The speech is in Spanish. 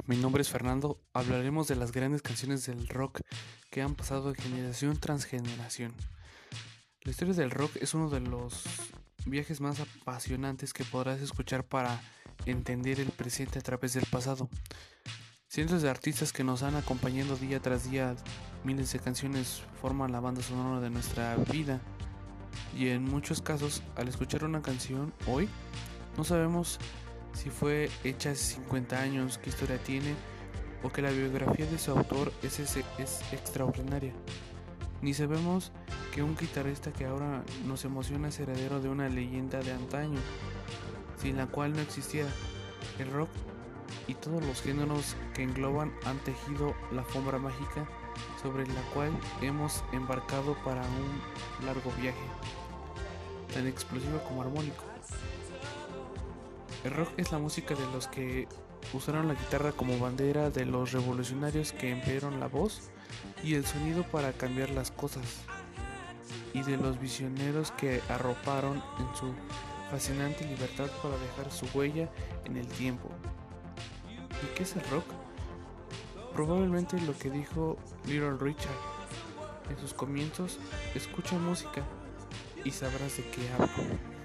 mi nombre es Fernando. Hablaremos de las grandes canciones del rock que han pasado de generación tras generación. La historia del rock es uno de los viajes más apasionantes que podrás escuchar para entender el presente a través del pasado. Cientos de artistas que nos han acompañado día tras día, miles de canciones forman la banda sonora de nuestra vida. Y en muchos casos, al escuchar una canción hoy, no sabemos si fue hecha hace 50 años, qué historia tiene, o que la biografía de su autor es extraordinaria. Ni sabemos que un guitarrista que ahora nos emociona es heredero de una leyenda de antaño, sin la cual no existiera. El rock y todos los géneros que engloban han tejido la alfombra mágica sobre la cual hemos embarcado para un largo viaje, tan explosivo como armónico. El rock es la música de los que usaron la guitarra como bandera, de los revolucionarios que emplearon la voz y el sonido para cambiar las cosas, y de los visioneros que arroparon en su fascinante libertad para dejar su huella en el tiempo. ¿Y qué es el rock? Probablemente lo que dijo Little Richard en sus comienzos: escucha música y sabrás de qué hablo.